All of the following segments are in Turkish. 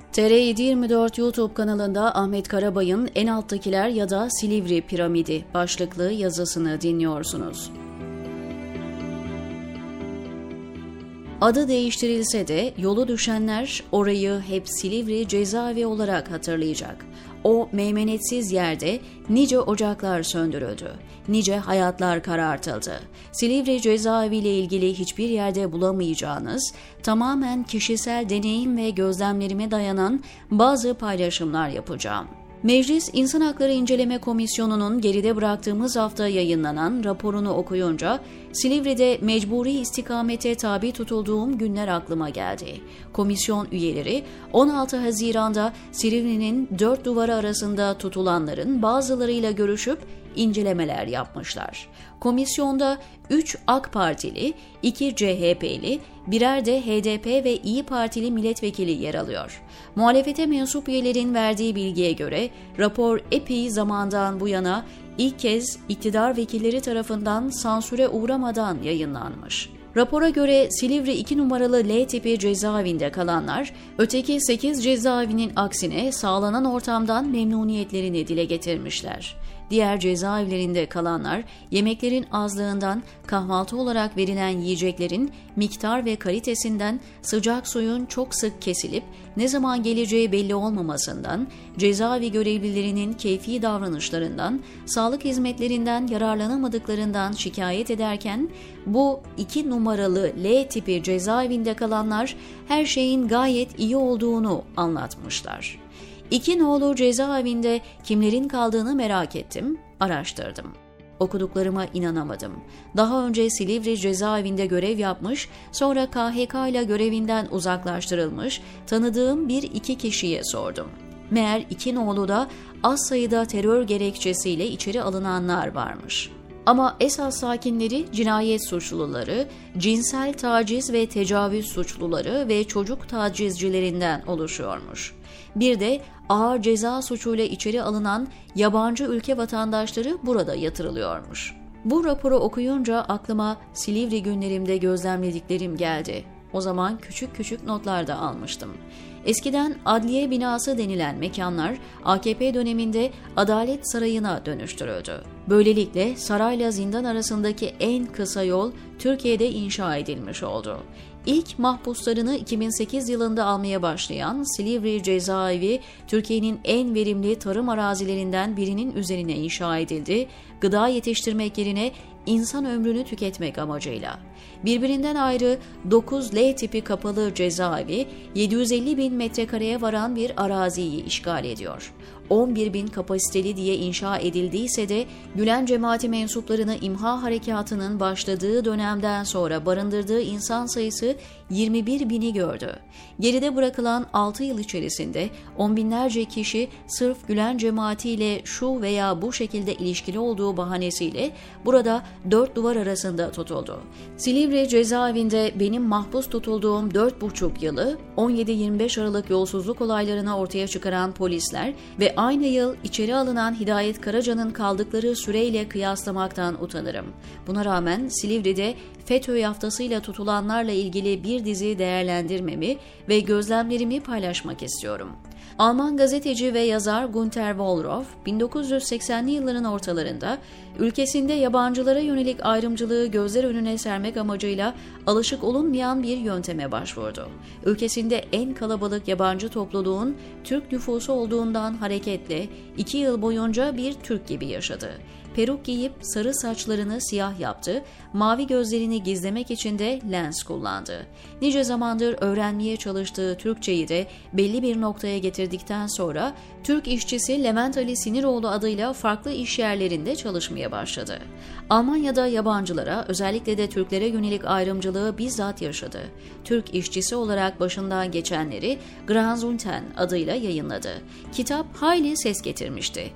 TR724 YouTube kanalında Ahmet Karabay'ın En Alttakiler ya da Silivri Piramidi başlıklı yazısını dinliyorsunuz. Adı değiştirilse de yolu düşenler orayı hep Silivri cezaevi olarak hatırlayacak. O meymenetsiz yerde nice ocaklar söndürüldü, nice hayatlar karartıldı. Silivri cezaevi ile ilgili hiçbir yerde bulamayacağınız, tamamen kişisel deneyim ve gözlemlerime dayanan bazı paylaşımlar yapacağım. Meclis İnsan Hakları İnceleme Komisyonu'nun geride bıraktığımız hafta yayınlanan raporunu okuyunca Silivri'de mecburi istikamete tabi tutulduğum günler aklıma geldi. Komisyon üyeleri 16 Haziran'da Silivri'nin dört duvarı arasında tutulanların bazılarıyla görüşüp incelemeler yapmışlar. Komisyonda 3 AK Partili, 2 CHP'li, birer de HDP ve İyi Partili milletvekili yer alıyor. Muhalefete mensup üyelerin verdiği bilgiye göre rapor epey zamandan bu yana ilk kez iktidar vekilleri tarafından sansüre uğramadan yayınlanmış. Rapora göre Silivri 2 numaralı L tipi cezaevinde kalanlar, öteki 8 cezaevinin aksine sağlanan ortamdan memnuniyetlerini dile getirmişler. Diğer cezaevlerinde kalanlar, yemeklerin azlığından, kahvaltı olarak verilen yiyeceklerin miktar ve kalitesinden, sıcak suyun çok sık kesilip ne zaman geleceği belli olmamasından, cezaevi görevlilerinin keyfi davranışlarından, sağlık hizmetlerinden yararlanamadıklarından şikayet ederken, bu 2 numaralı L tipi cezaevinde kalanlar her şeyin gayet iyi olduğunu anlatmışlar. 2 nolu cezaevinde kimlerin kaldığını merak ettim, araştırdım. Okuduklarıma inanamadım. Daha önce Silivri cezaevinde görev yapmış, sonra KHK ile görevinden uzaklaştırılmış, tanıdığım 1-2 kişiye sordum. Meğer 2 noluda az sayıda terör gerekçesiyle içeri alınanlar varmış. Ama esas sakinleri cinayet suçluları, cinsel taciz ve tecavüz suçluları ve çocuk tacizcilerinden oluşuyormuş. Bir de ağır ceza suçuyla içeri alınan yabancı ülke vatandaşları burada yatırılıyormuş. Bu raporu okuyunca aklıma Silivri günlerimde gözlemlediklerim geldi. O zaman küçük küçük notlar da almıştım. Eskiden adliye binası denilen mekanlar AKP döneminde Adalet Sarayı'na dönüştürüldü. Böylelikle sarayla zindan arasındaki en kısa yol Türkiye'de inşa edilmiş oldu. İlk mahpuslarını 2008 yılında almaya başlayan Silivri cezaevi, Türkiye'nin en verimli tarım arazilerinden birinin üzerine inşa edildi, gıda yetiştirmek yerine insan ömrünü tüketmek amacıyla. Birbirinden ayrı 9 L tipi kapalı cezaevi 750.000 metrekareye varan bir araziyi işgal ediyor. 11.000 kapasiteli diye inşa edildiyse de Gülen cemaati mensuplarını imha harekatının başladığı dönemden sonra barındırdığı insan sayısı 21.000'i gördü. Geride bırakılan 6 yıl içerisinde on binlerce kişi sırf Gülen cemaatiyle şu veya bu şekilde ilişkili olduğu bahanesiyle burada 4 duvar arasında tutuldu. Silivri cezaevinde benim mahpus tutulduğum 4,5 yılı 17-25 Aralık yolsuzluk olaylarını ortaya çıkaran polisler ve aynı yıl içeri alınan Hidayet Karaca'nın kaldıkları süreyle kıyaslamaktan utanırım. Buna rağmen Silivri'de FETÖ yaftasıyla tutulanlarla ilgili bir dizi değerlendirmemi ve gözlemlerimi paylaşmak istiyorum. Alman gazeteci ve yazar Günter Wollroff, 1980'li yılların ortalarında ülkesinde yabancılara yönelik ayrımcılığı gözler önüne sermek amacıyla alışık olunmayan bir yönteme başvurdu. Ülkesinde en kalabalık yabancı topluluğun Türk nüfusu olduğundan hareketle 2 yıl boyunca bir Türk gibi yaşadı. Peruk giyip sarı saçlarını siyah yaptı, mavi gözlerini gizlemek için de lens kullandı. Nice zamandır öğrenmeye çalıştığı Türkçeyi de belli bir noktaya getirdikten sonra Türk işçisi Levent Ali Siniroğlu adıyla farklı iş yerlerinde çalışmaya başladı. Almanya'da yabancılara, özellikle de Türklere yönelik ayrımcılığı bizzat yaşadı. Türk işçisi olarak başından geçenleri Grausunten adıyla yayınladı. Kitap hayli ses getirmişti.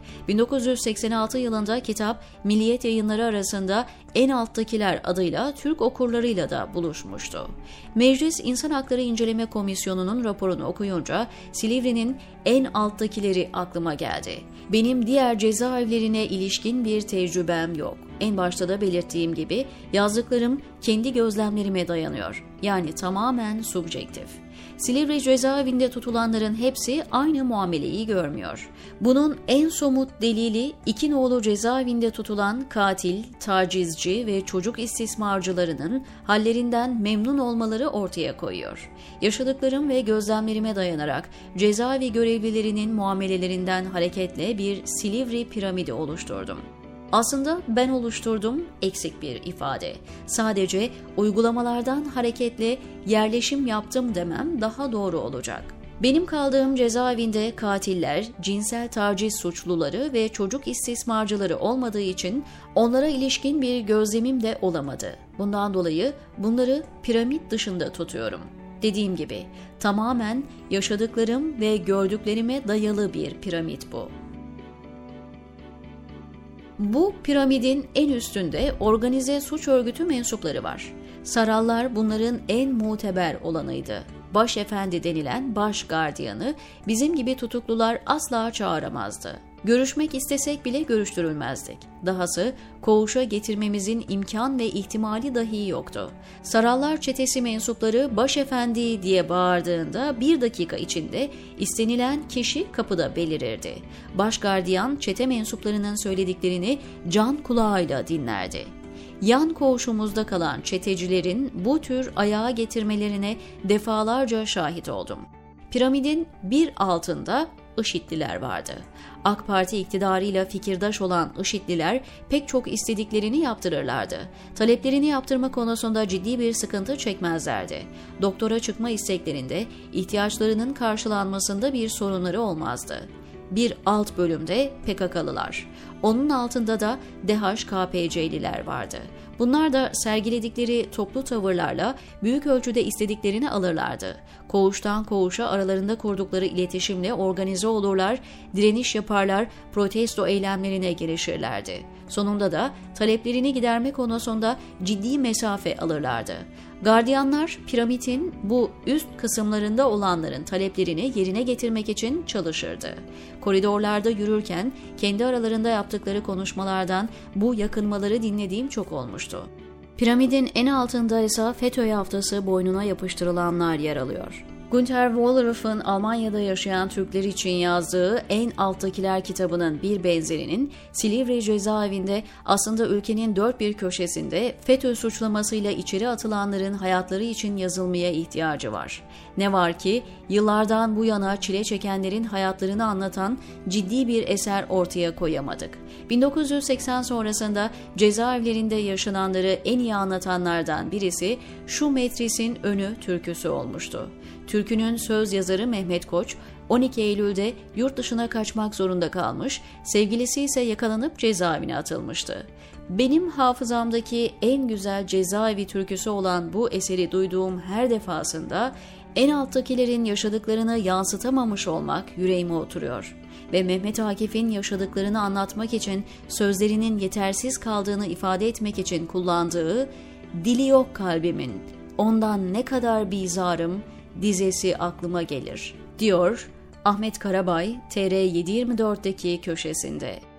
1986 yılında kitap Milliyet Yayınları arasında En Alttakiler adıyla Türk okurlarıyla da buluşmuştu. Meclis İnsan Hakları İnceleme Komisyonu'nun raporunu okuyunca Silivri'nin en alttakileri aklıma geldi. Benim diğer cezaevlerine ilişkin bir tecrübem yok. En başta da belirttiğim gibi yazdıklarım kendi gözlemlerime dayanıyor. Yani tamamen subjektif. Silivri cezaevinde tutulanların hepsi aynı muameleyi görmüyor. Bunun en somut delili iki nolu cezaevinde tutulan katil, tacizci ve çocuk istismarcılarının hallerinden memnun olmaları ortaya koyuyor. Yaşadıklarım ve gözlemlerime dayanarak cezaevi görevlilerinin muamelelerinden hareketle bir Silivri piramidi oluşturdum. Aslında ben oluşturdum eksik bir ifade. Sadece uygulamalardan hareketle yerleşim yaptım demem daha doğru olacak. Benim kaldığım cezaevinde katiller, cinsel taciz suçluları ve çocuk istismarcıları olmadığı için onlara ilişkin bir gözlemim de olamadı. Bundan dolayı bunları piramit dışında tutuyorum. Dediğim gibi tamamen yaşadıklarım ve gördüklerime dayalı bir piramit bu. Bu piramidin en üstünde organize suç örgütü mensupları var. Sarallar bunların en muteber olanıydı. Başefendi denilen baş gardiyanı bizim gibi tutuklular asla çağıramazdı. Görüşmek istesek bile görüştürülmezdik. Dahası koğuşa getirmemizin imkan ve ihtimali dahi yoktu. Sarallar çetesi mensupları başefendi diye bağırdığında 1 dakika içinde istenilen kişi kapıda belirirdi. Baş gardiyan çete mensuplarının söylediklerini can kulağıyla dinlerdi. Yan koğuşumuzda kalan çetecilerin bu tür ayağa getirmelerine defalarca şahit oldum. Piramidin bir altında IŞİD'liler vardı. AK Parti iktidarıyla fikirdaş olan IŞİD'liler pek çok istediklerini yaptırırlardı. Taleplerini yaptırma konusunda ciddi bir sıkıntı çekmezlerdi. Doktora çıkma isteklerinde ihtiyaçlarının karşılanmasında bir sorunları olmazdı. Bir alt bölümde PKK'lılar. Onun altında da DHKPC'liler vardı. Bunlar da sergiledikleri toplu tavırlarla büyük ölçüde istediklerini alırlardı. Koğuştan koğuşa aralarında kurdukları iletişimle organize olurlar, direniş yaparlar, protesto eylemlerine girişirlerdi. Sonunda da taleplerini giderme konusunda ciddi mesafe alırlardı. Gardiyanlar piramidin bu üst kısımlarında olanların taleplerini yerine getirmek için çalışırdı. Koridorlarda yürürken kendi aralarında yaptıkları konuşmalardan bu yakınmaları dinlediğim çok olmuştu. Piramidin en altında ise FETÖ yaftası boynuna yapıştırılanlar yer alıyor. Günter Wohlraf'ın Almanya'da yaşayan Türkler için yazdığı En Alttakiler kitabının bir benzerinin Silivri cezaevinde aslında ülkenin dört bir köşesinde FETÖ suçlamasıyla içeri atılanların hayatları için yazılmaya ihtiyacı var. Ne var ki yıllardan bu yana çile çekenlerin hayatlarını anlatan ciddi bir eser ortaya koyamadık. 1980 sonrasında cezaevlerinde yaşananları en iyi anlatanlardan birisi Şu Metris'in Önü türküsü olmuştu. Türkünün söz yazarı Mehmet Koç, 12 Eylül'de yurt dışına kaçmak zorunda kalmış, sevgilisi ise yakalanıp cezaevine atılmıştı. Benim hafızamdaki en güzel cezaevi türküsü olan bu eseri duyduğum her defasında en alttakilerin yaşadıklarını yansıtamamış olmak yüreğime oturuyor. Ve Mehmet Akif'in yaşadıklarını anlatmak için sözlerinin yetersiz kaldığını ifade etmek için kullandığı "Dili yok kalbimin, ondan ne kadar bizarım, dizesi aklıma gelir" diyor Ahmet Karabay TR724'deki köşesinde.